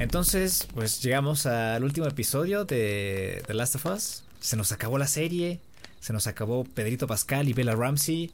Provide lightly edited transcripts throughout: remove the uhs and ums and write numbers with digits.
Entonces, pues llegamos al último episodio de The Last of Us. Se nos acabó la serie. Se nos acabó Pedrito Pascal y Bella Ramsey.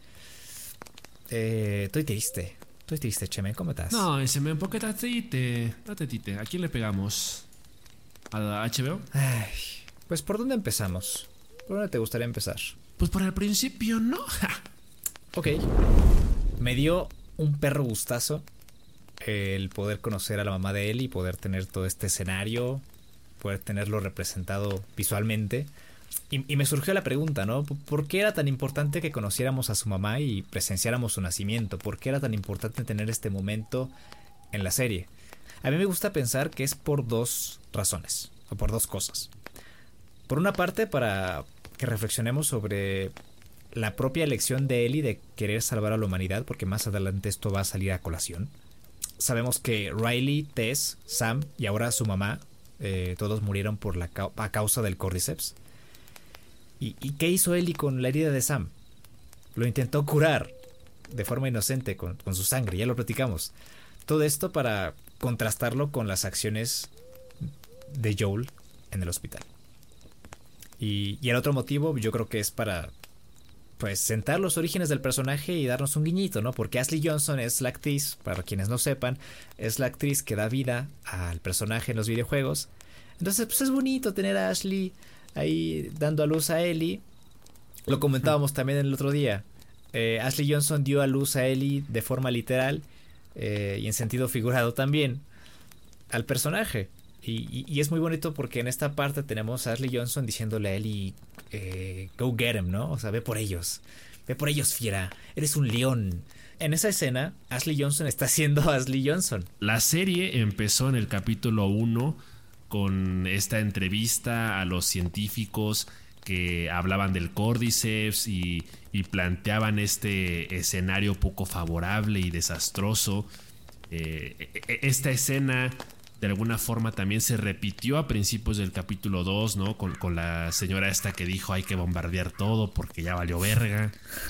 Estoy triste. Estoy triste, Cheme. ¿Cómo estás? No, Cheme, ¿por qué estás triste? Date triste. ¿A quién le pegamos? ¿A la HBO? Ay, pues ¿por dónde empezamos? ¿Por dónde te gustaría empezar? Pues por el principio, ¿no? Ok. Me dio un perro gustazo el poder conocer a la mamá de Ellie, poder tener todo este escenario, poder tenerlo representado visualmente. Y me surgió la pregunta, ¿no? ¿Por qué era tan importante que conociéramos a su mamá y presenciáramos su nacimiento? ¿Por qué era tan importante tener este momento en la serie? A mí me gusta pensar que es por dos razones, o por dos cosas. Por una parte, para que reflexionemos sobre la propia elección de Ellie de querer salvar a la humanidad, porque más adelante esto va a salir a colación. Sabemos que Riley, Tess, Sam y ahora su mamá, todos murieron por a causa del Cordyceps. ¿Y qué hizo Ellie con la herida de Sam? Lo intentó curar de forma inocente con su sangre, ya lo platicamos. Todo esto para contrastarlo con las acciones de Joel en el hospital. Y el otro motivo yo creo que es para pues sentar los orígenes del personaje y darnos un guiñito, ¿no? Porque Ashley Johnson es la actriz, para quienes no sepan, es la actriz que da vida al personaje en los videojuegos. Entonces pues es bonito tener a Ashley ahí dando a luz a Ellie. Lo comentábamos también el otro día. Ashley Johnson dio a luz a Ellie de forma literal y en sentido figurado también al personaje. Y es muy bonito porque en esta parte tenemos a Ashley Johnson diciéndole a Ellie go get him, ¿no? O sea, ve por ellos, fiera, eres un león. En esa escena Ashley Johnson está siendo Ashley Johnson. La serie empezó en el capítulo 1 con esta entrevista a los científicos que hablaban del Cordyceps y planteaban este escenario poco favorable y desastroso. Esta escena de alguna forma también se repitió a principios del capítulo 2, ¿no? Con la señora esta que dijo hay que bombardear todo porque ya valió verga.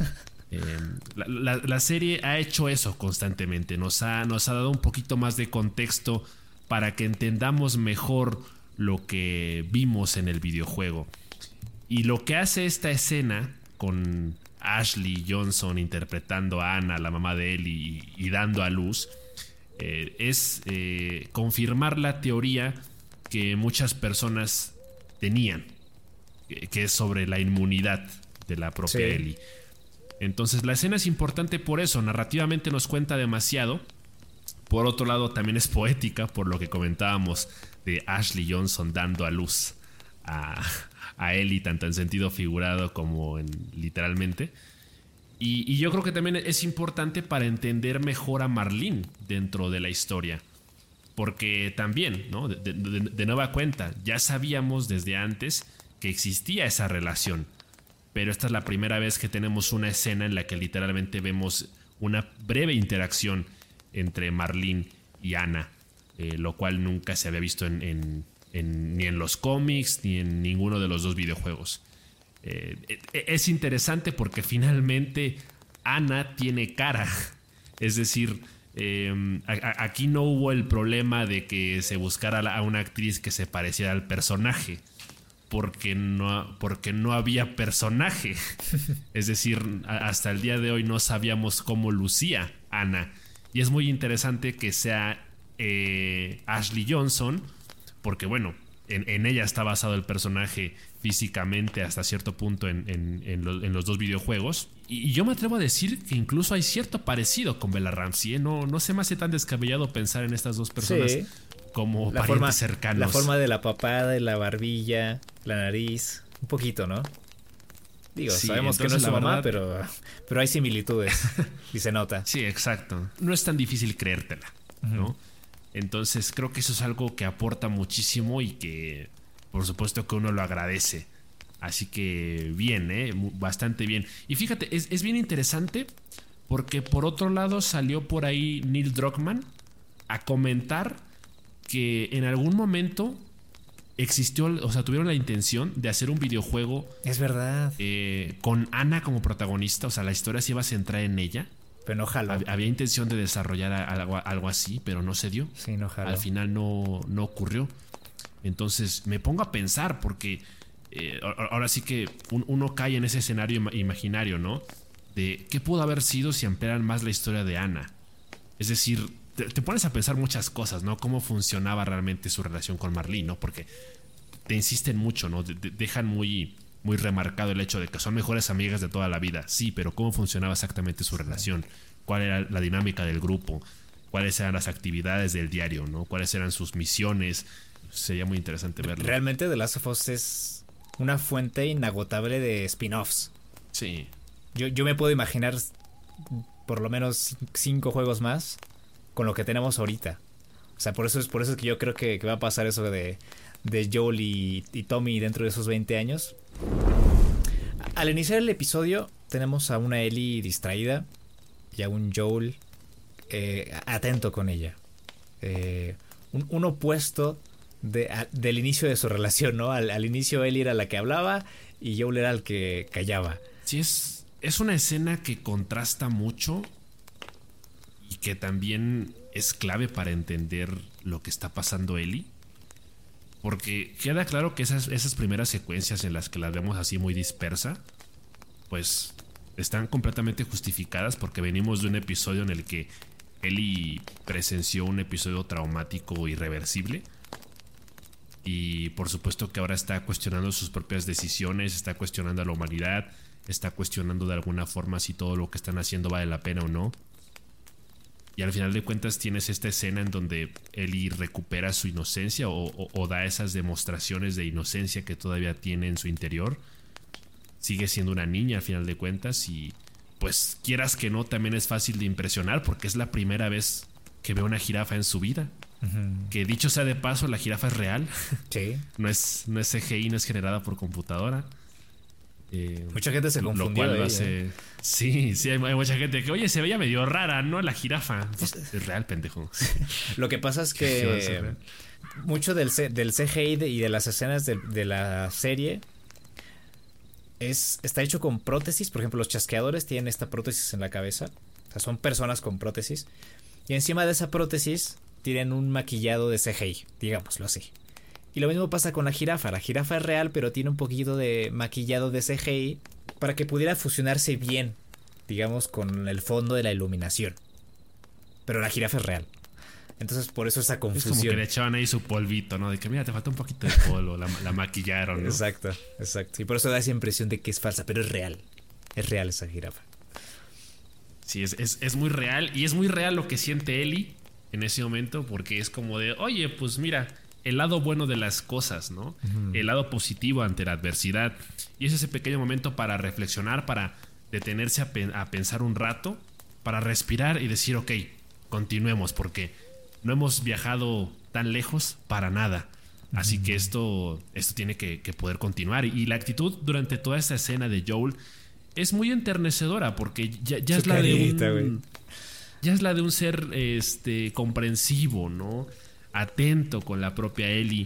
La serie ha hecho eso constantemente. Nos ha dado un poquito más de contexto para que entendamos mejor lo que vimos en el videojuego. Y lo que hace esta escena con Ashley Johnson interpretando a Anna, la mamá de Ellie, y dando a luz, es confirmar la teoría que muchas personas tenían, que es sobre la inmunidad de la propia Ellie. Entonces la escena es importante por eso, narrativamente nos cuenta demasiado. Por otro lado también es poética por lo que comentábamos de Ashley Johnson dando a luz a Ellie, tanto en sentido figurado como literalmente. Y yo creo que también es importante para entender mejor a Marlene dentro de la historia. Porque también, ¿no? De nueva cuenta, ya sabíamos desde antes que existía esa relación. Pero esta es la primera vez que tenemos una escena en la que literalmente vemos una breve interacción entre Marlene y Anna, lo cual nunca se había visto ni en los cómics ni en ninguno de los dos videojuegos. Es interesante porque finalmente Anna tiene cara. Es decir, aquí no hubo el problema de que se buscara a una actriz que se pareciera al personaje, porque no había personaje. Es decir, hasta el día de hoy no sabíamos cómo lucía Anna. Y es muy interesante que sea Ashley Johnson, porque bueno, en ella está basado el personaje físicamente hasta cierto punto en los dos videojuegos. Y yo me atrevo a decir que incluso hay cierto parecido con Bella Ramsey, ¿eh? No se me hace tan descabellado pensar en estas dos personas como parientes cercanos. La forma de la papada, de la barbilla, la nariz, un poquito, ¿no? Digo, sí, sabemos que no es su mamá, pero hay similitudes y se nota. Sí, exacto. No es tan difícil creértela, ¿no? Entonces creo que eso es algo que aporta muchísimo y que por supuesto que uno lo agradece. Así que bien, bastante bien. Y fíjate, es bien interesante porque por otro lado salió por ahí Neil Druckmann a comentar que en algún momento existió, o sea, tuvieron la intención de hacer un videojuego. Es verdad. Con Anna como protagonista, o sea, la historia se iba a centrar en ella. Pero no jaló. Había intención de desarrollar algo así, pero no se dio. Sí, no jaló. Al final no ocurrió. Entonces me pongo a pensar porque ahora sí que uno cae en ese escenario imaginario, ¿no? De qué pudo haber sido si ampliaran más la historia de Anna. Es decir, te pones a pensar muchas cosas, ¿no? Cómo funcionaba realmente su relación con Marlene, ¿no? Porque te insisten mucho, ¿no? Dejan muy remarcado el hecho de que son mejores amigas de toda la vida. Sí, pero ¿cómo funcionaba exactamente su relación? ¿Cuál era la dinámica del grupo? ¿Cuáles eran las actividades del diario, ¿no? ¿Cuáles eran sus misiones? Sería muy interesante verlo. Realmente The Last of Us es una fuente inagotable de spin-offs. Sí. Yo me puedo imaginar por lo menos 5 juegos más con lo que tenemos ahorita. O sea, por eso es que yo creo que va a pasar eso de Joel y Tommy dentro de esos 20 años. Al iniciar el episodio tenemos a una Ellie distraída y a un Joel atento con ella. Un opuesto del inicio de su relación, ¿no? Al inicio Ellie era la que hablaba y Joel era el que callaba. Sí, es una escena que contrasta mucho y que también es clave para entender lo que está pasando Ellie. Porque queda claro que esas primeras secuencias en las que la vemos así muy dispersa, pues están completamente justificadas porque venimos de un episodio en el que Ellie presenció un episodio traumático irreversible. Y por supuesto que ahora está cuestionando sus propias decisiones, está cuestionando a la humanidad, está cuestionando de alguna forma si todo lo que están haciendo vale la pena o no. Y al final de cuentas tienes esta escena en donde Ellie recupera su inocencia o da esas demostraciones de inocencia que todavía tiene en su interior. Sigue siendo una niña al final de cuentas y pues quieras que no, también es fácil de impresionar porque es la primera vez que ve una jirafa en su vida. Uh-huh. Que dicho sea de paso, la jirafa es real. Sí. No es CGI, no es generada por computadora. Mucha gente se confundió. Lo cual lo hace... Sí, hay mucha gente que, oye, se veía medio rara, ¿no? La jirafa. Pues, es real, pendejo. Lo que pasa es que mucho del CGI y de las escenas de la serie está hecho con prótesis. Por ejemplo, los chasqueadores tienen esta prótesis en la cabeza. O sea, son personas con prótesis. Y encima de esa prótesis tienen un maquillado de CGI, digámoslo así. Y lo mismo pasa con la jirafa. La jirafa es real, pero tiene un poquito de maquillado de CGI para que pudiera fusionarse bien, digamos, con el fondo de la iluminación. Pero la jirafa es real. Entonces, por eso esa confusión. Es como que le echaban ahí su polvito, ¿no? De que, mira, te falta un poquito de polvo, la maquillaron, ¿no? Exacto. Y por eso da esa impresión de que es falsa, pero es real. Es real esa jirafa. Sí, es muy real. Y es muy real lo que siente Ellie en ese momento, porque es como de, oye, pues mira, el lado bueno de las cosas, ¿no? Uh-huh. El lado positivo ante la adversidad. Y es ese pequeño momento para reflexionar, para detenerse a pensar un rato, para respirar y decir, ok, continuemos, porque no hemos viajado tan lejos para nada. Uh-huh. Así que esto tiene que poder continuar. Y la actitud durante toda esta escena de Joel es muy enternecedora, porque ya es la de un ser comprensivo, ¿no? Atento con la propia Ellie,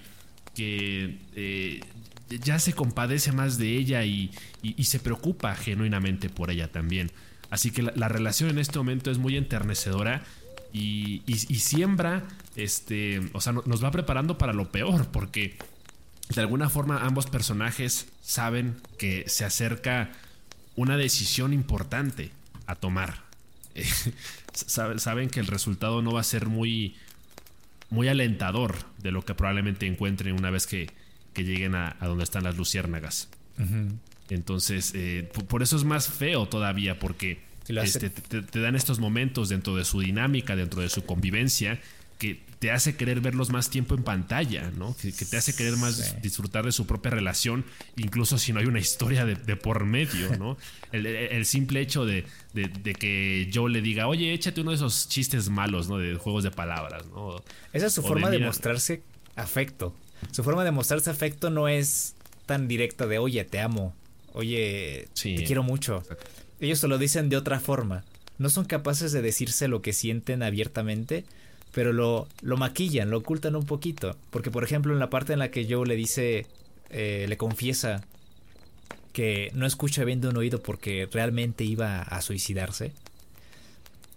que ya se compadece más de ella y se preocupa genuinamente por ella también. Así que la relación en este momento es muy enternecedora y siembra, o sea, nos va preparando para lo peor, porque de alguna forma ambos personajes saben que se acerca una decisión importante a tomar. Saben que el resultado no va a ser muy alentador de lo que probablemente encuentren una vez que lleguen a donde están las luciérnagas. Uh-huh. Entonces, por eso es más feo todavía, porque te dan estos momentos dentro de su dinámica, dentro de su convivencia, que te hace querer verlos más tiempo en pantalla, ¿no? Que te hace querer más disfrutar de su propia relación, incluso si no hay una historia de por medio, ¿no? El simple hecho de que Joe le diga, oye, échate uno de esos chistes malos, ¿no? De juegos de palabras, ¿no? Esa es su forma de mostrarse afecto. Su forma de mostrarse afecto no es tan directa de, oye, te amo, oye, te quiero mucho. Exacto. Ellos se lo dicen de otra forma. No son capaces de decirse lo que sienten abiertamente, pero lo maquillan, lo ocultan un poquito. Porque, por ejemplo, en la parte en la que Joe le dice, le confiesa que no escucha bien de un oído porque realmente iba a suicidarse,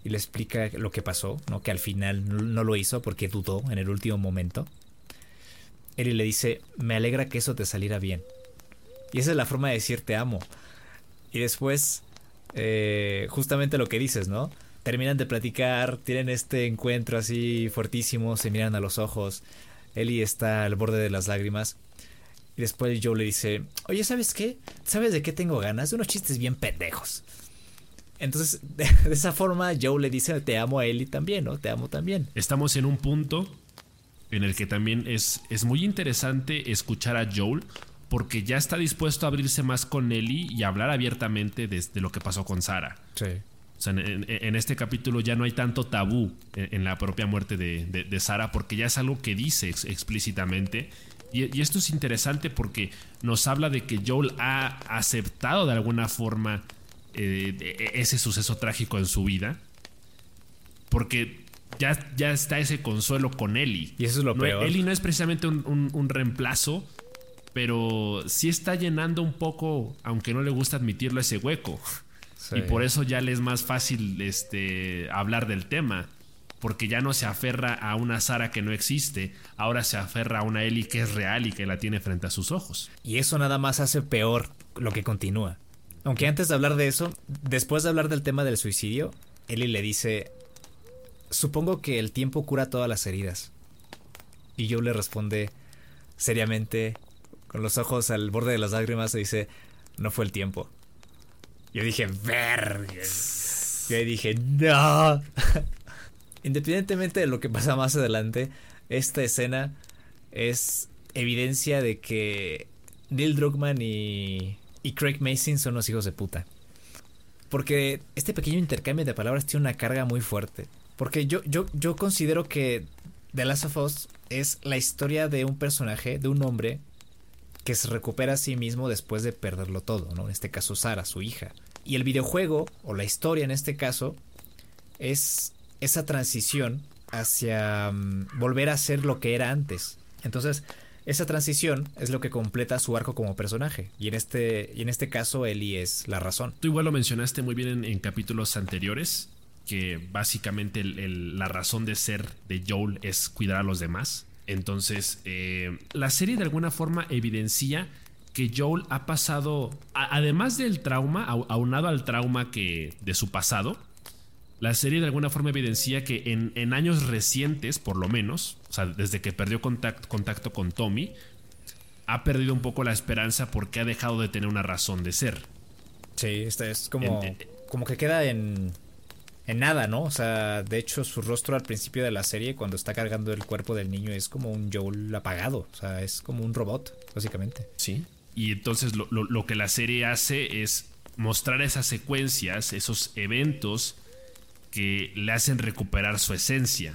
y le explica lo que pasó, ¿no? Que al final no lo hizo porque dudó en el último momento. Ellie le dice, me alegra que eso te saliera bien. Y esa es la forma de decir te amo. Y después, justamente lo que dices, ¿no? Terminan de platicar, tienen este encuentro así fuertísimo, se miran a los ojos. Ellie está al borde de las lágrimas. Y después Joe le dice, oye, ¿sabes qué? ¿Sabes de qué tengo ganas? De unos chistes bien pendejos. Entonces, de esa forma, Joe le dice, te amo a Ellie también, ¿no? Te amo también. Estamos en un punto en el que también es muy interesante escuchar a Joel, porque ya está dispuesto a abrirse más con Ellie y hablar abiertamente de lo que pasó con Sarah. Sí. O sea, en este capítulo ya no hay tanto tabú en la propia muerte de Sarah, porque ya es algo que dice explícitamente. Y esto es interesante porque nos habla de que Joel ha aceptado de alguna forma ese suceso trágico en su vida, porque ya está ese consuelo con Ellie. Y eso es lo peor. Ellie no es precisamente un reemplazo, pero sí está llenando un poco, aunque no le gusta admitirlo, ese hueco. Sí. Y por eso ya le es más fácil hablar del tema, porque ya no se aferra a una Sarah que no existe, ahora se aferra a una Ellie que es real y que la tiene frente a sus ojos. Y eso nada más hace peor lo que continúa. Aunque antes de hablar de eso, después de hablar del tema del suicidio, Ellie le dice, supongo que el tiempo cura todas las heridas. Y Joe le responde seriamente, con los ojos al borde de las lágrimas, y dice, no fue el tiempo. Yo dije, verga. Yo dije, no. Independientemente de lo que pasa más adelante, esta escena es evidencia de que Neil Druckmann y Craig Mazin son los hijos de puta. Porque este pequeño intercambio de palabras tiene una carga muy fuerte. Porque yo considero que The Last of Us es la historia de un personaje, de un hombre que se recupera a sí mismo después de perderlo todo, ¿no? En este caso Sarah, su hija. Y el videojuego, o la historia en este caso, es esa transición hacia volver a ser lo que era antes. Entonces, esa transición es lo que completa su arco como personaje. Y en este caso, Ellie es la razón. Tú igual lo mencionaste muy bien en capítulos anteriores, que básicamente la razón de ser de Joel es cuidar a los demás. Entonces, la serie de alguna forma evidencia que Joel ha pasado, además del trauma, aunado al trauma de su pasado, la serie de alguna forma evidencia que en años recientes, por lo menos, o sea, desde que perdió contacto con Tommy, ha perdido un poco la esperanza porque ha dejado de tener una razón de ser. Sí, es como que queda en nada, ¿no? O sea, de hecho, su rostro al principio de la serie, cuando está cargando el cuerpo del niño, es como un Joel apagado. O sea, es como un robot, básicamente. Sí. Y entonces lo que la serie hace es mostrar esas secuencias, esos eventos que le hacen recuperar su esencia.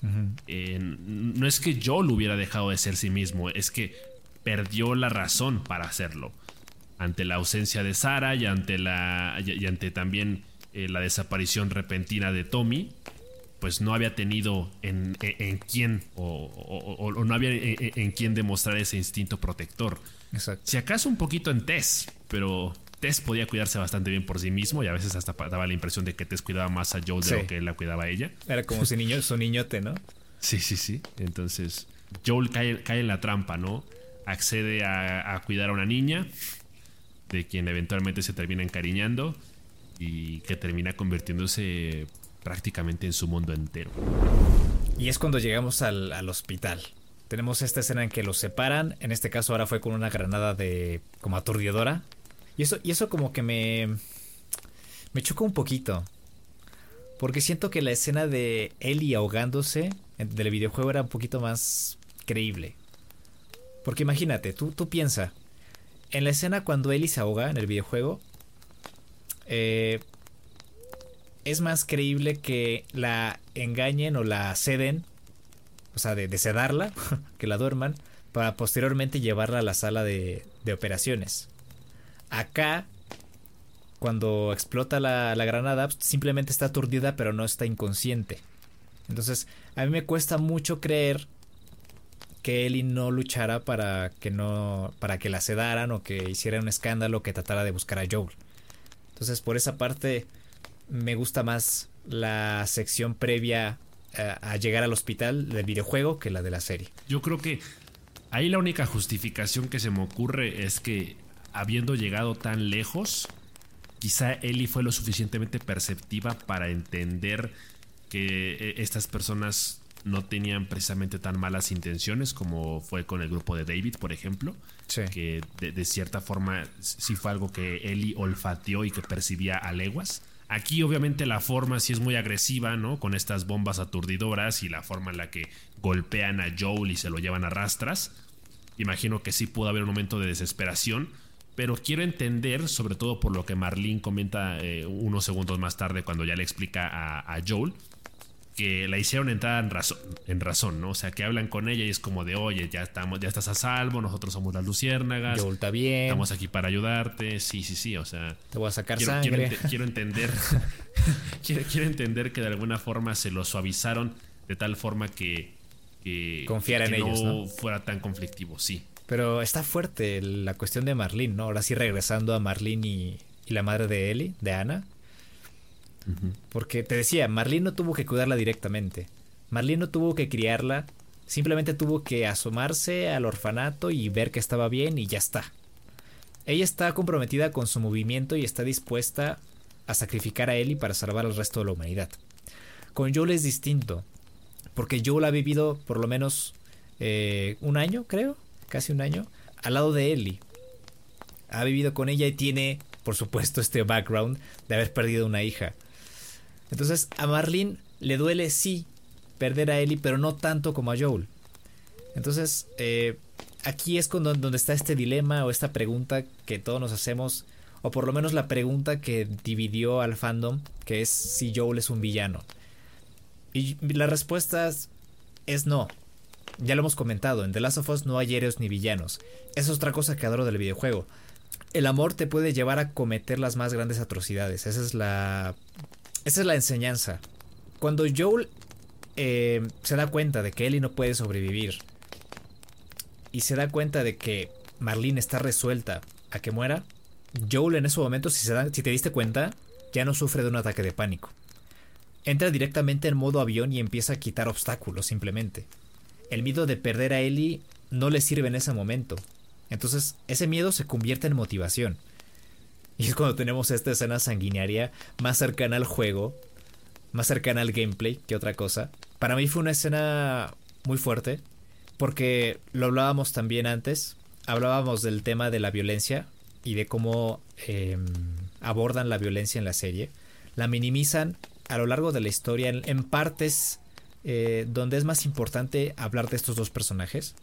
No es que Joel hubiera dejado de ser sí mismo, es que perdió la razón para hacerlo. Ante la ausencia de Sarah y ante también la desaparición repentina de Tommy, pues no había tenido en quién o no había en quién demostrar ese instinto protector. Exacto. Si acaso un poquito en Tess, pero Tess podía cuidarse bastante bien por sí mismo y a veces hasta daba la impresión de que Tess cuidaba más a Joel de lo que él la cuidaba a ella. Era como su niñote, ¿no? Sí. Entonces Joel cae en la trampa, ¿no? Accede a cuidar a una niña de quien eventualmente se termina encariñando y que termina convirtiéndose prácticamente en su mundo entero. Y es cuando llegamos al hospital. Tenemos esta escena en que los separan. En este caso ahora fue con una granada como aturdidora. Y eso como que me choca un poquito. Porque siento que la escena de Ellie ahogándose del videojuego era un poquito más creíble. Porque imagínate, tú piensa. En la escena cuando Ellie se ahoga en el videojuego, es más creíble que la engañen o la seden, o sea, de sedarla, que la duerman, para posteriormente llevarla a la sala de operaciones. Acá, cuando explota la granada, simplemente está aturdida, pero no está inconsciente. Entonces, a mí me cuesta mucho creer que Ellie no luchara para que la sedaran o que hiciera un escándalo, que tratara de buscar a Joel. Entonces, por esa parte, me gusta más la sección previa a llegar al hospital del videojuego que la de la serie. Yo creo que ahí la única justificación que se me ocurre es que, habiendo llegado tan lejos, quizá Ellie fue lo suficientemente perceptiva para entender que estas personas no tenían precisamente tan malas intenciones como fue con el grupo de David, por ejemplo. Sí. Que de cierta forma sí fue algo que Ellie olfateó y que percibía a leguas. Aquí obviamente la forma sí es muy agresiva, ¿no? Con estas bombas aturdidoras y la forma en la que golpean a Joel y se lo llevan a rastras. Imagino que sí pudo haber un momento de desesperación, pero quiero entender, sobre todo por lo que Marlene comenta unos segundos más tarde cuando ya le explica a Joel, que la hicieron entrar en razón, ¿no? O sea, que hablan con ella y es como de, oye, ya estás a salvo, nosotros somos las luciérnagas. Joel está bien. Estamos aquí para ayudarte. Sí, o sea... Te voy a sacar sangre. Quiero entender... quiero entender que de alguna forma se lo suavizaron de tal forma que confiar en ellos, no fuera tan conflictivo, sí. Pero está fuerte la cuestión de Marlene, ¿no? Ahora sí regresando a Marlene y la madre de Ellie, de Anna. Porque te decía, Marlene no tuvo que cuidarla directamente. Marlene no tuvo que criarla. Simplemente tuvo que asomarse al orfanato y ver que estaba bien y ya está. Ella está comprometida con su movimiento y está dispuesta a sacrificar a Ellie para salvar al resto de la humanidad. Con Joel es distinto. Porque Joel ha vivido por lo menos un año, creo. Casi un año. Al lado de Ellie. Ha vivido con ella y tiene, por supuesto, este background de haber perdido una hija. Entonces a Marlene le duele, sí, perder a Ellie, pero no tanto como a Joel. Entonces aquí es donde está este dilema o esta pregunta que todos nos hacemos, o por lo menos la pregunta que dividió al fandom, que es si Joel es un villano. Y la respuesta es no. Ya lo hemos comentado, en The Last of Us no hay héroes ni villanos. Esa es otra cosa que adoro del videojuego. El amor te puede llevar a cometer las más grandes atrocidades. Esa es la enseñanza. Cuando Joel se da cuenta de que Ellie no puede sobrevivir y se da cuenta de que Marlene está resuelta a que muera, Joel en ese momento, si te diste cuenta, ya no sufre de un ataque de pánico. Entra directamente en modo avión y empieza a quitar obstáculos simplemente. El miedo de perder a Ellie no le sirve en ese momento. Entonces ese miedo se convierte en motivación. Y es cuando tenemos esta escena sanguinaria más cercana al juego, más cercana al gameplay que otra cosa. Para mí fue una escena muy fuerte, porque lo hablábamos también antes. Hablábamos del tema de la violencia y de cómo abordan la violencia en la serie. La minimizan a lo largo de la historia en partes donde es más importante hablar de estos dos personajes.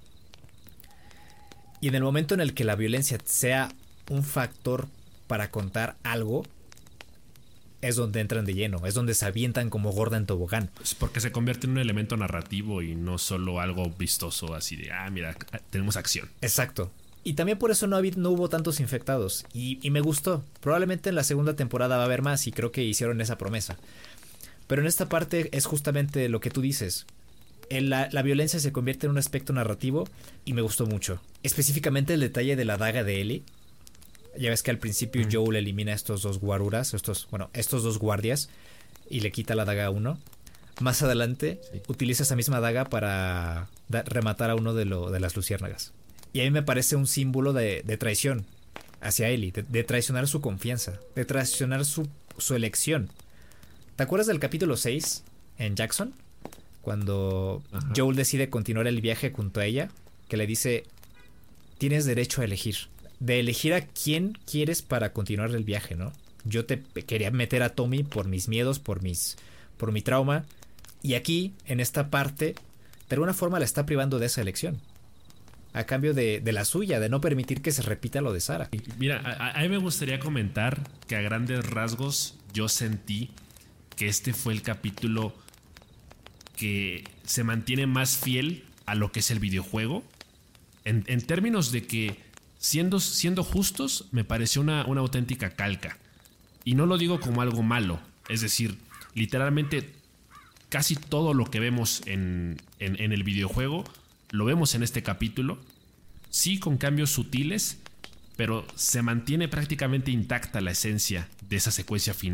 Y en el momento en el que la violencia sea un factor para contar algo, es donde entran de lleno, es donde se avientan como gorda en tobogán. Pues porque se convierte en un elemento narrativo y no solo algo vistoso así de, mira, tenemos acción. Exacto. Y también por eso no hubo tantos infectados. Y me gustó. Probablemente en la segunda temporada va a haber más y creo que hicieron esa promesa. Pero en esta parte es justamente lo que tú dices. La violencia se convierte en un aspecto narrativo y me gustó mucho. Específicamente el detalle de la daga de Ellie. Ya ves que al principio Joel elimina a estos dos guaruras, estos dos guardias, y le quita la daga a uno. Más adelante utiliza esa misma daga para rematar a uno de las luciérnagas. Y a mí me parece un símbolo de traición hacia Ellie, de traicionar su confianza, de traicionar su elección. ¿Te acuerdas del capítulo 6 en Jackson? Cuando Joel decide continuar el viaje junto a ella, que le dice, tienes derecho a elegir. De elegir a quién quieres para continuar el viaje, ¿no? Yo te quería meter a Tommy por mis miedos, por mi trauma. Y aquí, en esta parte, de alguna forma la está privando de esa elección. A cambio de la suya, de no permitir que se repita lo de Sarah. Mira, a mí me gustaría comentar que a grandes rasgos yo sentí que este fue el capítulo que se mantiene más fiel a lo que es el videojuego. En términos de que, siendo justos, me pareció una auténtica calca. Y no lo digo como algo malo. Es decir, literalmente casi todo lo que vemos en el videojuego lo vemos en este capítulo. Sí, con cambios sutiles, pero se mantiene prácticamente intacta la esencia de esa secuencia final.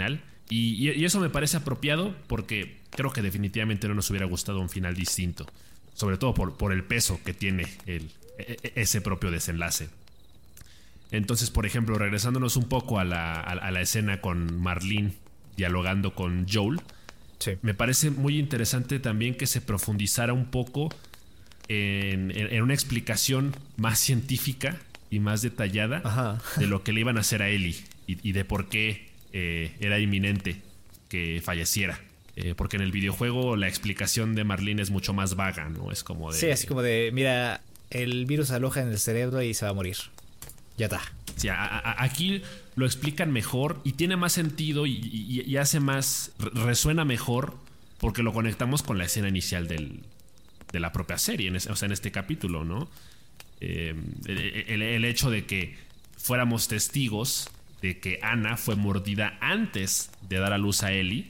Y eso me parece apropiado porque creo que definitivamente no nos hubiera gustado un final distinto. Sobre todo por el peso que tiene ese propio desenlace. Entonces, por ejemplo, regresándonos un poco a la escena con Marlene dialogando con Joel, Sí. me parece muy interesante también que se profundizara un poco en una explicación más científica y más detallada Ajá. de lo que le iban a hacer a Ellie y de por qué era inminente que falleciera. Porque en el videojuego la explicación de Marlene es mucho más vaga, ¿no? Es como de... Sí, así como de, mira, el virus aloja en el cerebro y se va a morir. Ya está. Sí, aquí lo explican mejor y tiene más sentido y hace más... resuena mejor porque lo conectamos con la escena inicial de la propia serie, en este capítulo, ¿no? El hecho de que fuéramos testigos de que Ana fue mordida antes de dar a luz a Ellie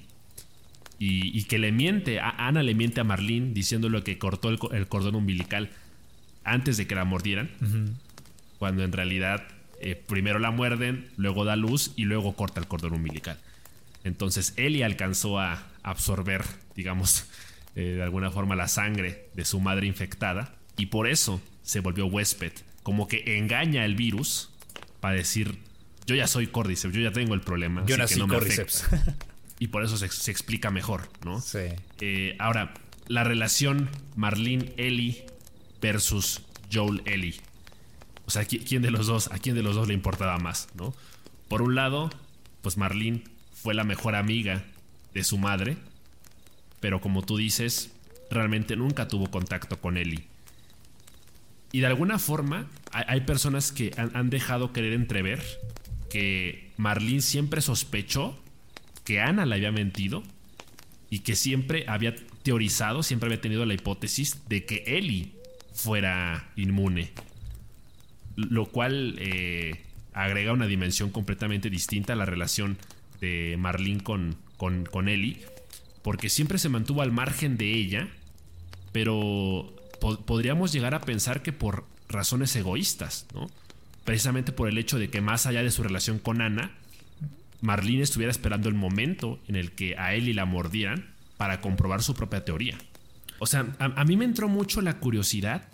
y que Ana le miente a Marlene diciéndole que cortó el cordón umbilical antes de que la mordieran, cuando en realidad primero la muerden, luego da luz y luego corta el cordón umbilical. Entonces Ellie alcanzó a absorber, digamos, de alguna forma la sangre de su madre infectada y por eso se volvió huésped, como que engaña el virus para decir: yo ya soy Cordyceps, yo ya tengo el problema, Yo así nací que no me Cordyceps. afecta. Y por eso se explica mejor, ¿no? Sí. Ahora, la relación Marlene-Ellie versus Joel-Ellie. O sea, ¿a quién de los dos le importaba más, ¿no? Por un lado, pues Marlene fue la mejor amiga de su madre, pero como tú dices, realmente nunca tuvo contacto con Ellie. Y de alguna forma, hay personas que han dejado querer entrever que Marlene siempre sospechó que Ana le había mentido y que siempre había teorizado, siempre había tenido la hipótesis de que Ellie fuera inmune. Lo cual agrega una dimensión completamente distinta a la relación de Marlene con Ellie, porque siempre se mantuvo al margen de ella, pero podríamos llegar a pensar que por razones egoístas, ¿no? Precisamente por el hecho de que más allá de su relación con Ana, Marlene estuviera esperando el momento en el que a Ellie la mordieran para comprobar su propia teoría. O sea, a mí me entró mucho la curiosidad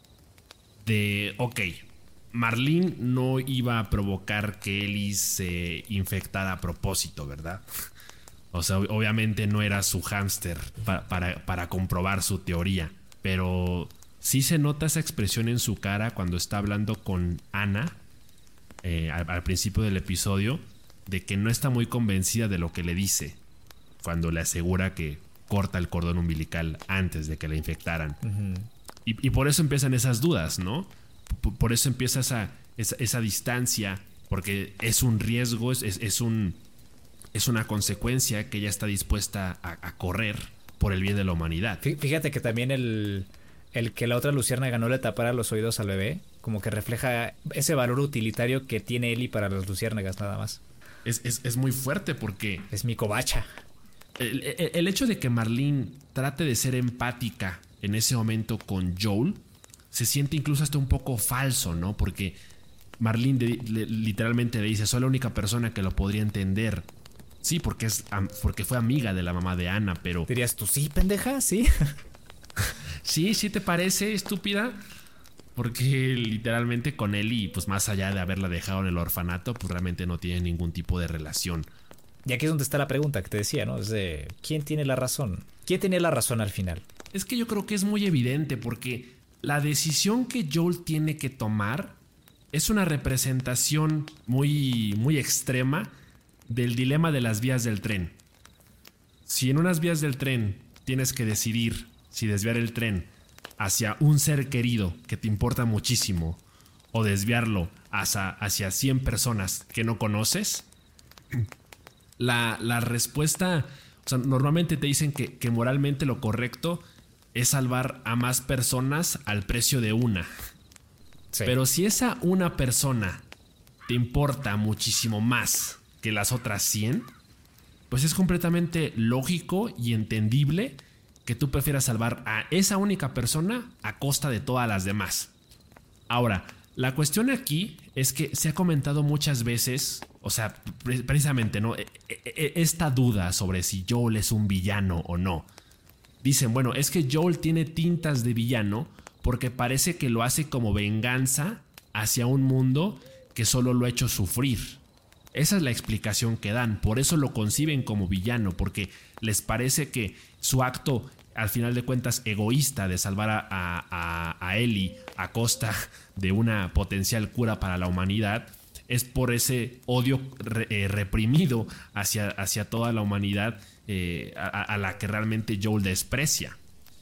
de, ok, Marlene no iba a provocar que Ellie se infectara a propósito, ¿verdad? O sea, obviamente no era su hámster para comprobar su teoría, pero sí se nota esa expresión en su cara cuando está hablando con Ana al principio del episodio, de que no está muy convencida de lo que le dice cuando le asegura que corta el cordón umbilical antes de que la infectaran. Y por eso empiezan esas dudas, ¿no? Por eso empieza esa distancia, porque es un riesgo, es una consecuencia que ella está dispuesta a correr por el bien de la humanidad. Fíjate que también el que la otra luciérnaga no le tapara los oídos al bebé, como que refleja ese valor utilitario que tiene Ellie para las luciérnagas nada más. Es muy fuerte porque... es mi covacha. El hecho de que Marlene trate de ser empática en ese momento con Joel se siente incluso hasta un poco falso, ¿no? Porque Marlene literalmente le dice: soy la única persona que lo podría entender. Sí, porque fue amiga de la mamá de Ana, pero... Dirías tú, sí, pendeja, sí. Sí te parece estúpida. Porque literalmente con Ellie, pues más allá de haberla dejado en el orfanato, pues realmente no tiene ningún tipo de relación. Y aquí es donde está la pregunta que te decía, ¿no? Es de, ¿quién tiene la razón? ¿Quién tenía la razón al final? Es que yo creo que es muy evidente porque la decisión que Joel tiene que tomar es una representación muy, muy extrema del dilema de las vías del tren. Si en unas vías del tren tienes que decidir si desviar el tren hacia un ser querido que te importa muchísimo o desviarlo hacia 100 personas que no conoces, la respuesta, o sea, normalmente te dicen que moralmente lo correcto es salvar a más personas al precio de una. Sí. Pero si esa una persona te importa muchísimo más que las otras 100, pues es completamente lógico y entendible que tú prefieras salvar a esa única persona a costa de todas las demás. Ahora, la cuestión aquí es que se ha comentado muchas veces O sea, precisamente, ¿no? Esta duda sobre si Joel es un villano o no. Dicen, bueno, es que Joel tiene tintas de villano porque parece que lo hace como venganza hacia un mundo que solo lo ha hecho sufrir. Esa es la explicación que dan. Por eso lo conciben como villano, porque les parece que su acto, al final de cuentas, egoísta de salvar a Ellie a costa de una potencial cura para la humanidad, es por ese odio reprimido hacia toda la humanidad a la que realmente Joel desprecia.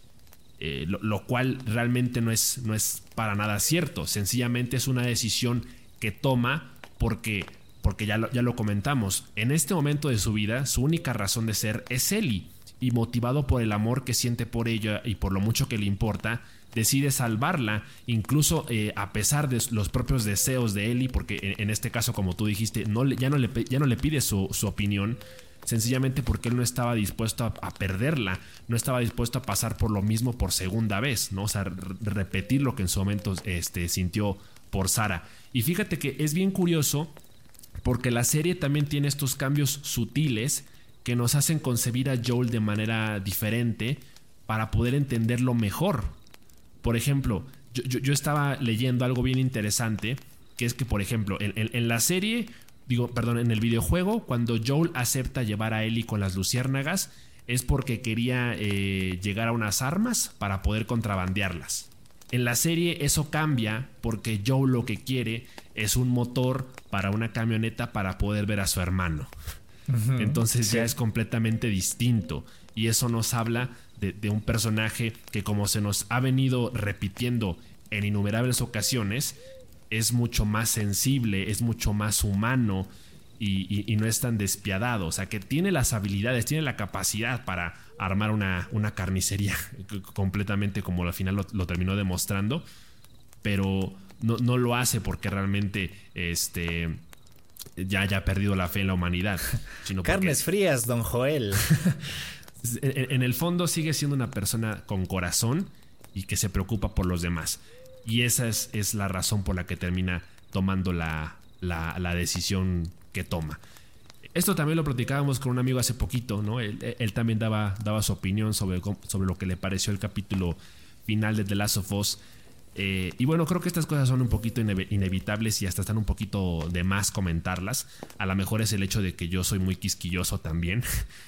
Lo cual realmente no es para nada cierto. Sencillamente es una decisión que toma porque ya lo comentamos. En este momento de su vida, su única razón de ser es Ellie. Y motivado por el amor que siente por ella y por lo mucho que le importa, decide salvarla, incluso a pesar de los propios deseos de Ellie, porque en este caso, como tú dijiste, ya no le pide su opinión, sencillamente porque él no estaba dispuesto a perderla, no estaba dispuesto a pasar por lo mismo por segunda vez, ¿no? O sea, repetir lo que en su momento sintió por Sarah. Y fíjate que es bien curioso porque la serie también tiene estos cambios sutiles que nos hacen concebir a Joel de manera diferente para poder entenderlo mejor. Por ejemplo, yo estaba leyendo algo bien interesante, que es que, por ejemplo, en la serie, en el videojuego, cuando Joel acepta llevar a Ellie con las luciérnagas, es porque quería llegar a unas armas para poder contrabandearlas. En la serie eso cambia porque Joel lo que quiere es un motor para una camioneta para poder ver a su hermano. Entonces ya es completamente distinto, y eso nos habla de un personaje que, como se nos ha venido repitiendo en innumerables ocasiones, es mucho más sensible, es mucho más humano y no es tan despiadado. O sea, que tiene las habilidades, tiene la capacidad para armar una carnicería completamente, como al final lo terminó demostrando, pero no lo hace porque realmente ya haya perdido la fe en la humanidad, sino Carnes frías, don Joel. En el fondo sigue siendo una persona con corazón y que se preocupa por los demás. Y esa es la razón por la que termina tomando la decisión que toma. Esto también lo platicábamos con un amigo hace poquito, ¿no? Él también daba su opinión sobre lo que le pareció el capítulo final de The Last of Us. Y bueno, creo que estas cosas son un poquito inevitables y hasta están un poquito de más comentarlas. A lo mejor es el hecho de que yo soy muy quisquilloso también.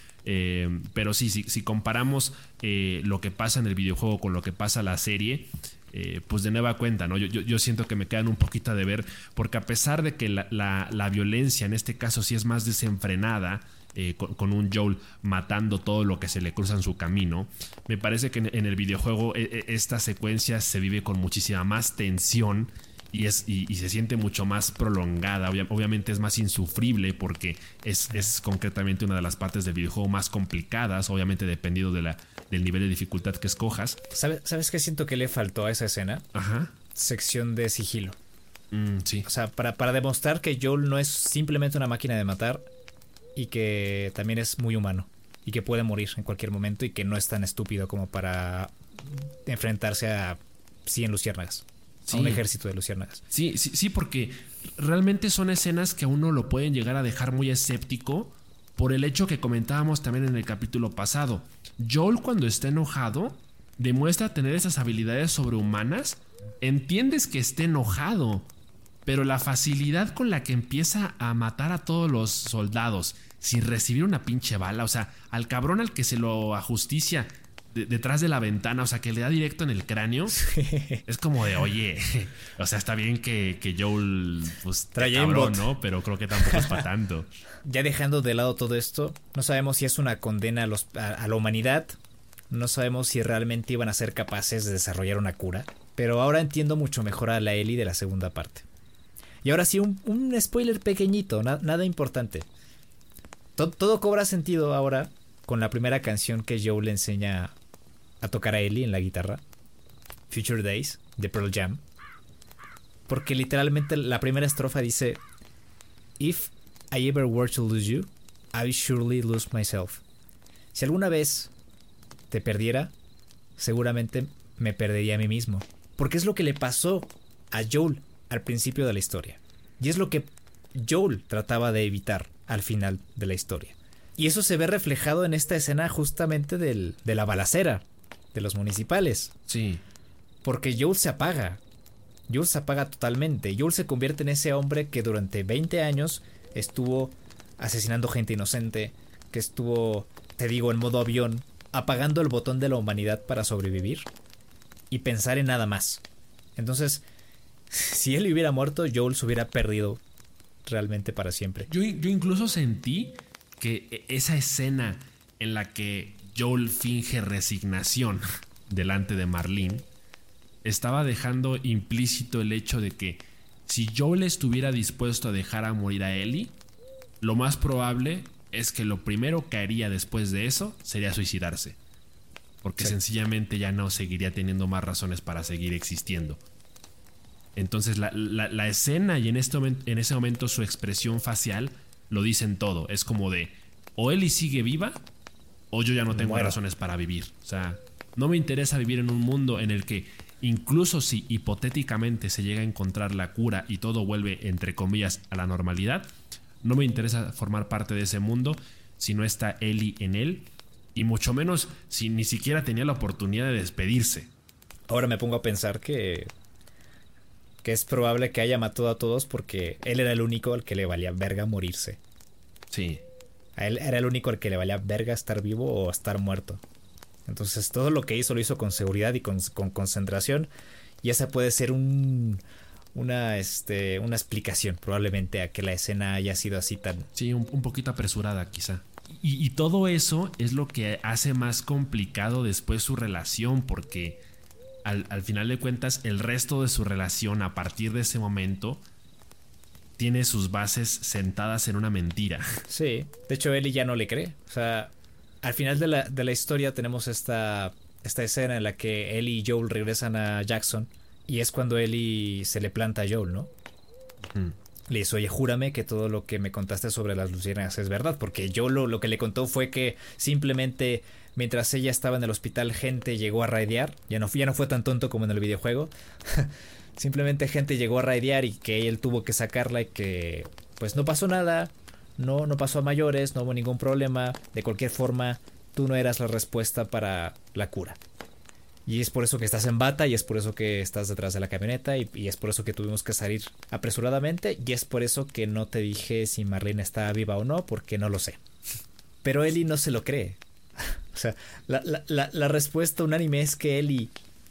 Pero sí, si comparamos lo que pasa en el videojuego con lo que pasa en la serie, pues de nueva cuenta, ¿no? Yo siento que me quedan un poquito de ver, porque a pesar de que la violencia en este caso sí es más desenfrenada, con un Joel matando todo lo que se le cruza en su camino, me parece que en el videojuego esta secuencia se vive con muchísima más tensión y se siente mucho más prolongada. Obviamente es más insufrible porque es concretamente una de las partes del videojuego más complicadas, obviamente dependiendo del nivel de dificultad que escojas. ¿Sabes qué siento que le faltó a esa escena? Ajá. Sección de sigilo. Sí. O sea, para demostrar que Joel no es simplemente una máquina de matar y que también es muy humano y que puede morir en cualquier momento y que no es tan estúpido como para enfrentarse a 100 luciérnagas. Sí. A un ejército de luciérnagas. Sí, porque realmente son escenas que a uno lo pueden llegar a dejar muy escéptico por el hecho que comentábamos también en el capítulo pasado. Joel, cuando está enojado, demuestra tener esas habilidades sobrehumanas. Entiendes que esté enojado, pero la facilidad con la que empieza a matar a todos los soldados sin recibir una pinche bala, o sea, al cabrón al que se lo ajusticia detrás de la ventana, o sea, que le da directo en el cráneo, sí. Es como de, oye, o sea, está bien que Joel, pues, trae cabrón, ¿no? Pero creo que tampoco es para tanto. Ya dejando de lado todo esto, no sabemos si es una condena a la humanidad, no sabemos si realmente iban a ser capaces de desarrollar una cura, pero ahora entiendo mucho mejor a la Ellie de la segunda parte. Y ahora sí, un spoiler pequeñito, nada importante. Todo cobra sentido ahora con la primera canción que Joel le enseña a tocar a Ellie en la guitarra, Future Days, de Pearl Jam. Porque literalmente la primera estrofa dice: If I ever were to lose you, I surely lose myself. Si alguna vez te perdiera, seguramente me perdería a mí mismo. Porque es lo que le pasó a Joel al principio de la historia. Y es lo que Joel trataba de evitar al final de la historia. Y eso se ve reflejado en esta escena justamente de la balacera de los municipales. Sí. Porque Joel se apaga. Joel se apaga totalmente. Joel se convierte en ese hombre que durante 20 años estuvo asesinando gente inocente, que estuvo, te digo, en modo avión, apagando el botón de la humanidad para sobrevivir y pensar en nada más. Entonces, si él hubiera muerto, Joel se hubiera perdido realmente para siempre. Yo incluso sentí que esa escena en la que Joel finge resignación delante de Marlene estaba dejando implícito el hecho de que si Joel estuviera dispuesto a dejar a morir a Ellie, lo más probable es que lo primero que haría después de eso sería suicidarse. Porque sencillamente ya no seguiría teniendo más razones para seguir existiendo. Entonces la escena y en ese momento su expresión facial lo dicen todo. Es como de, o Ellie sigue viva o yo ya no tengo razones para vivir. O sea, no me interesa vivir en un mundo en el que incluso si hipotéticamente se llega a encontrar la cura y todo vuelve entre comillas a la normalidad, no me interesa formar parte de ese mundo si no está Ellie en él, y mucho menos si ni siquiera tenía la oportunidad de despedirse. Ahora me pongo a pensar que es probable que haya matado a todos porque él era el único al que le valía verga morirse. Sí. A él era el único al que le valía verga estar vivo o estar muerto. Entonces todo lo que hizo lo hizo con seguridad y con concentración, y esa puede ser una explicación probablemente a que la escena haya sido así tan... Sí, un poquito apresurada quizá. Y todo eso es lo que hace más complicado después su relación, porque al final de cuentas el resto de su relación a partir de ese momento tiene sus bases sentadas en una mentira. Sí, de hecho Ellie ya no le cree. O sea, al final de la historia tenemos esta escena en la que Ellie y Joel regresan a Jackson, y es cuando Ellie se le planta a Joel, ¿no? Le dice, oye, júrame que todo lo que me contaste sobre las luciérnagas es verdad, porque Joel lo que le contó fue que simplemente mientras ella estaba en el hospital gente llegó a raidear. Ya no fue tan tonto como en el videojuego. Simplemente gente llegó a raidear y que él tuvo que sacarla y que pues no pasó nada, no pasó a mayores, no hubo ningún problema. De cualquier forma, tú no eras la respuesta para la cura. Y es por eso que estás en bata, y es por eso que estás detrás de la camioneta, y es por eso que tuvimos que salir apresuradamente, y es por eso que no te dije si Marlene está viva o no, porque no lo sé. Pero Ellie no se lo cree. O sea, la respuesta unánime es que Ellie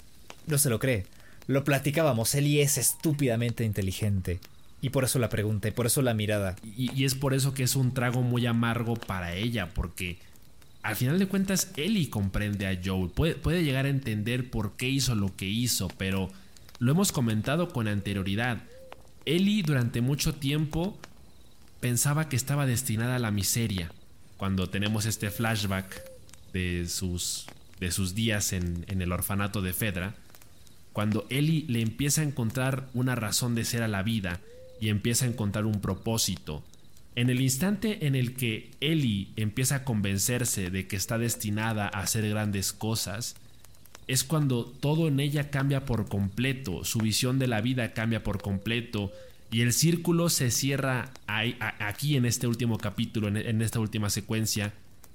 no se lo cree. Lo platicábamos, Ellie es estúpidamente inteligente, y por eso la pregunta, y por eso la mirada. Y es por eso que es un trago muy amargo para ella, porque al final de cuentas Ellie comprende a Joel, puede llegar a entender por qué hizo lo que hizo, pero lo hemos comentado con anterioridad. Ellie durante mucho tiempo pensaba que estaba destinada a la miseria. Cuando tenemos este flashback de sus días en el orfanato de Fedra, cuando Ellie le empieza a encontrar una razón de ser a la vida y empieza a encontrar un propósito, en el instante en el que Ellie empieza a convencerse de que está destinada a hacer grandes cosas, es cuando todo en ella cambia por completo, su visión de la vida cambia por completo, y el círculo se cierra aquí en este último capítulo, en esta última secuencia,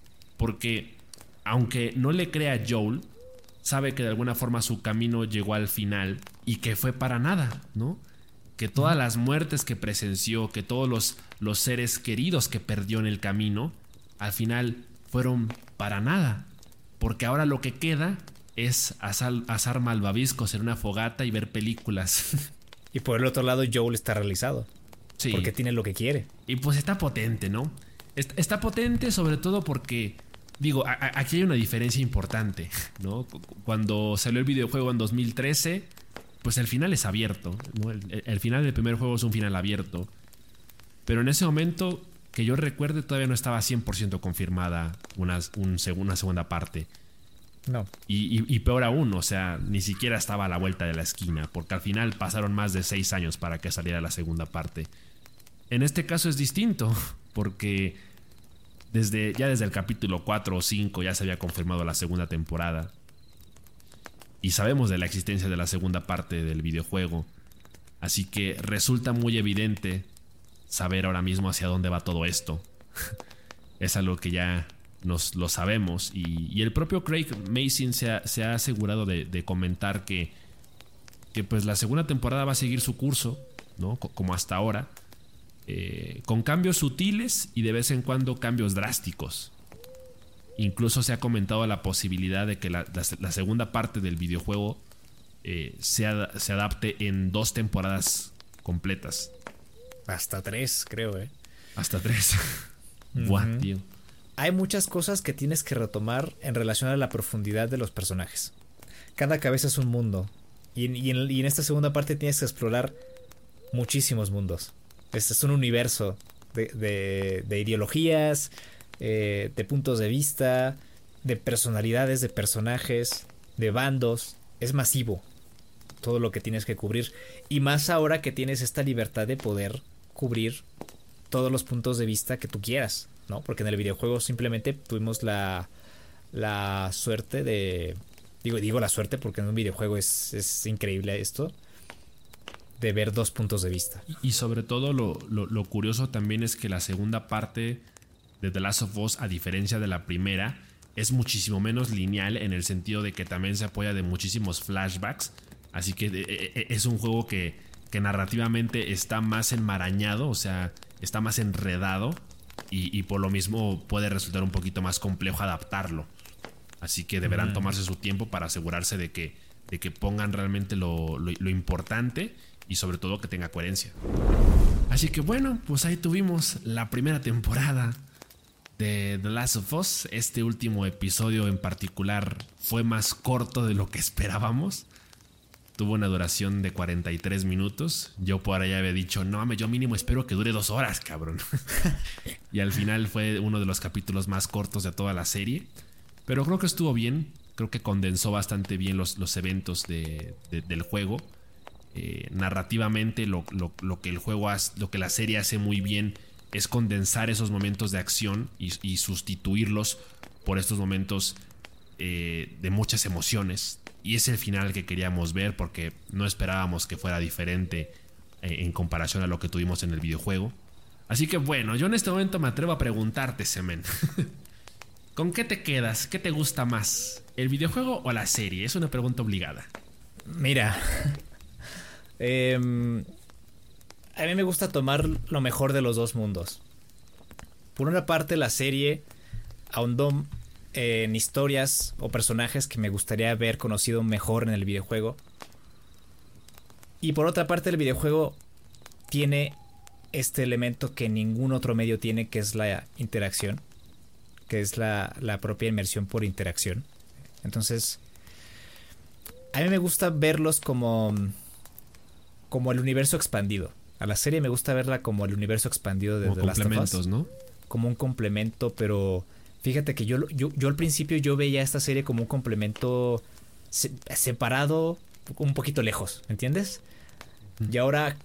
porque aunque no le crea a Joel, sabe que de alguna forma su camino llegó al final y que fue para nada, ¿no? Que todas las muertes que presenció, que todos los seres queridos que perdió en el camino, al final fueron para nada. Porque ahora lo que queda es asar malvaviscos en una fogata y ver películas. Y por el otro lado, Joel está realizado. Sí. Porque tiene lo que quiere. Y pues está potente, ¿no? Está potente sobre todo porque, digo, aquí hay una diferencia importante, ¿no? Cuando salió el videojuego en 2013... pues el final es abierto, ¿no? El final del primer juego es un final abierto. Pero en ese momento, que yo recuerde, todavía no estaba 100% confirmada una segunda parte. No. Y peor aún, o sea, ni siquiera estaba a la vuelta de la esquina, porque al final pasaron más de 6 años para que saliera la segunda parte. En este caso es distinto, porque desde el capítulo 4 o 5 ya se había confirmado la segunda temporada. Y sabemos de la existencia de la segunda parte del videojuego. Así que resulta muy evidente saber ahora mismo hacia dónde va todo esto. Es algo que ya nos lo sabemos. Y el propio Craig Mazin se ha asegurado de comentar que pues la segunda temporada va a seguir su curso, ¿no? Como hasta ahora, con cambios sutiles y de vez en cuando cambios drásticos. Incluso se ha comentado la posibilidad de que la segunda parte del videojuego se adapte en 2 temporadas completas. Hasta 3, creo, Hasta 3. Buah, tío. Hay muchas cosas que tienes que retomar en relación a la profundidad de los personajes. Cada cabeza es un mundo. Y en esta segunda parte tienes que explorar muchísimos mundos. Este es un universo de ideologías, de puntos de vista, de personalidades, de personajes, de bandos. Es masivo todo lo que tienes que cubrir. Y más ahora que tienes esta libertad de poder cubrir todos los puntos de vista que tú quieras, ¿no? Porque en el videojuego simplemente tuvimos la suerte de... Digo la suerte porque en un videojuego es increíble esto, de ver 2 puntos de vista. Y sobre todo lo curioso también es que la segunda parte de The Last of Us, a diferencia de la primera, es muchísimo menos lineal, en el sentido de que también se apoya de muchísimos flashbacks. Así que es un juego que narrativamente está más enmarañado, o sea, está más enredado, y por lo mismo puede resultar un poquito más complejo adaptarlo. Así que deberán tomarse su tiempo para asegurarse de que pongan realmente lo importante, y sobre todo que tenga coherencia. Así que bueno, pues ahí tuvimos la primera temporada de The Last of Us. Este último episodio en particular fue más corto de lo que esperábamos. Tuvo una duración de 43 minutos. Yo por allá había dicho, no, yo mínimo espero que dure 2 horas, cabrón. Y al final fue uno de los capítulos más cortos de toda la serie. Pero creo que estuvo bien. Creo que condensó bastante bien los eventos del juego. Narrativamente lo que el juego hace, lo que la serie hace muy bien, es condensar esos momentos de acción y sustituirlos por estos momentos de muchas emociones. Y es el final que queríamos ver, porque no esperábamos que fuera diferente en comparación a lo que tuvimos en el videojuego. Así que bueno, yo en este momento me atrevo a preguntarte, Semen. ¿Con qué te quedas? ¿Qué te gusta más? ¿El videojuego o la serie? Es una pregunta obligada. Mira, a mí me gusta tomar lo mejor de los 2 mundos. Por una parte, la serie ahondó en historias o personajes que me gustaría haber conocido mejor en el videojuego. Y por otra parte, el videojuego tiene este elemento que ningún otro medio tiene, que es la interacción, que es la propia inmersión por interacción. Entonces, a mí me gusta verlos como el universo expandido. A la serie me gusta verla como el universo expandido de The Last of Us. Complementos, ¿no? Como un complemento, pero fíjate que yo al principio yo veía esta serie como un complemento separado, un poquito lejos, ¿entiendes? Y ahora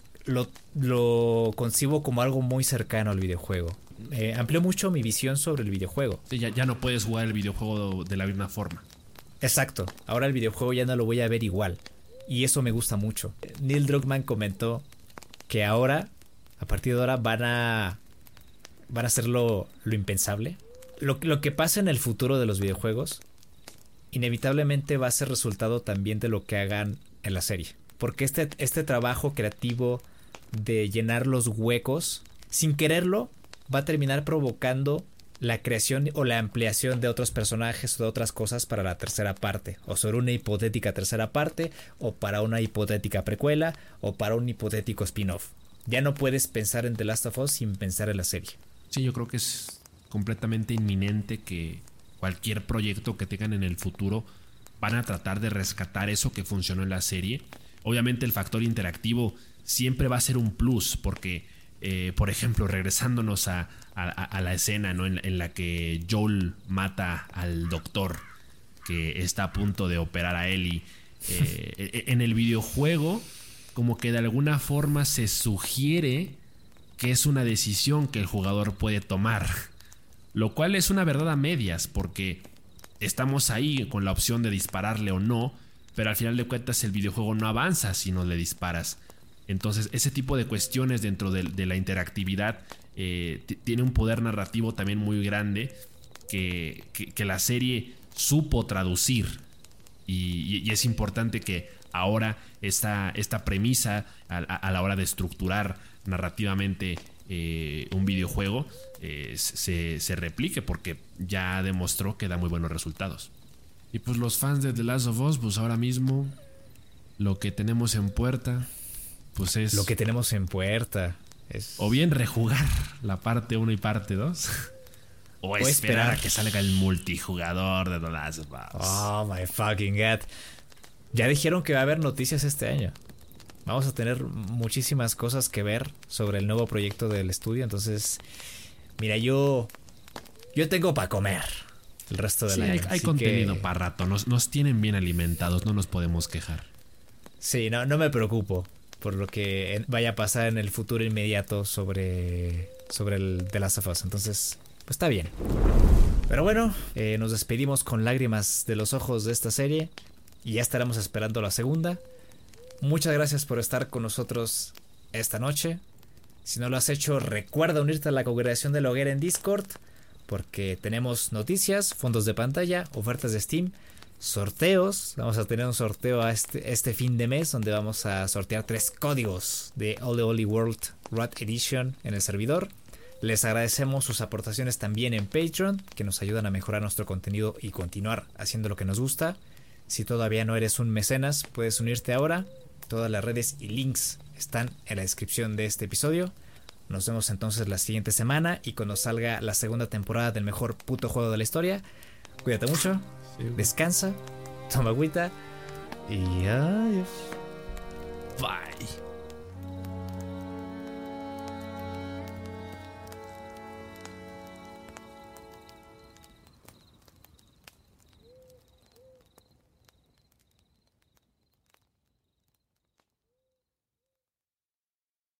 lo concibo como algo muy cercano al videojuego. Amplió mucho mi visión sobre el videojuego. Sí, ya no puedes jugar el videojuego de la misma forma. Exacto, ahora el videojuego ya no lo voy a ver igual. Y eso me gusta mucho. Neil Druckmann comentó que ahora, a partir de ahora, van a hacer lo impensable. Lo que pasa en el futuro de los videojuegos inevitablemente va a ser resultado también de lo que hagan en la serie. Porque este trabajo creativo de llenar los huecos, sin quererlo, va a terminar provocando la creación o la ampliación de otros personajes o de otras cosas para la tercera parte, o sobre una hipotética tercera parte, o para una hipotética precuela, o para un hipotético spin-off. Ya no puedes pensar en The Last of Us sin pensar en la serie. Sí, yo creo que es completamente inminente que cualquier proyecto que tengan en el futuro van a tratar de rescatar eso que funcionó en la serie. Obviamente el factor interactivo siempre va a ser un plus, porque por ejemplo, regresándonos a la escena, ¿no? en la que Joel mata al doctor que está a punto de operar a Ellie. En el videojuego, como que de alguna forma se sugiere que es una decisión que el jugador puede tomar, lo cual es una verdad a medias, porque estamos ahí con la opción de dispararle o no, pero al final de cuentas el videojuego no avanza si no le disparas. Entonces, ese tipo de cuestiones dentro de la interactividad tiene un poder narrativo también muy grande que la serie supo traducir. Y es importante que ahora esta premisa a la hora de estructurar narrativamente un videojuego se replique, porque ya demostró que da muy buenos resultados. Y pues los fans de The Last of Us, pues ahora mismo lo que tenemos en puerta, pues es... Lo que tenemos en puerta es... O bien rejugar la parte 1 y parte 2. O esperar a que salga el multijugador de The Last of Us. Oh my fucking god. Ya dijeron que va a haber noticias este año. Vamos a tener muchísimas cosas que ver sobre el nuevo proyecto del estudio. Entonces, mira, yo tengo para comer el resto del año. Hay contenido para rato. Nos tienen bien alimentados, no nos podemos quejar. Sí, no me preocupo por lo que vaya a pasar en el futuro inmediato sobre el The Last of Us. Entonces, pues está bien. Pero bueno, nos despedimos con lágrimas de los ojos de esta serie. Y ya estaremos esperando la segunda. Muchas gracias por estar con nosotros esta noche. Si no lo has hecho, recuerda unirte a la congregación de la hoguera en Discord, porque tenemos noticias, fondos de pantalla, ofertas de Steam, sorteos. Vamos a tener un sorteo a este fin de mes, donde vamos a sortear 3 códigos de All the Holy World Rat Edition en el servidor. Les agradecemos sus aportaciones también en Patreon, que nos ayudan a mejorar nuestro contenido y continuar haciendo lo que nos gusta. Si todavía no eres un mecenas, puedes unirte ahora. Todas las redes y links están en la descripción de este episodio. Nos vemos entonces la siguiente semana y cuando salga la segunda temporada del mejor puto juego de la historia. Cuídate mucho, descansa, toma agüita y adiós. Bye.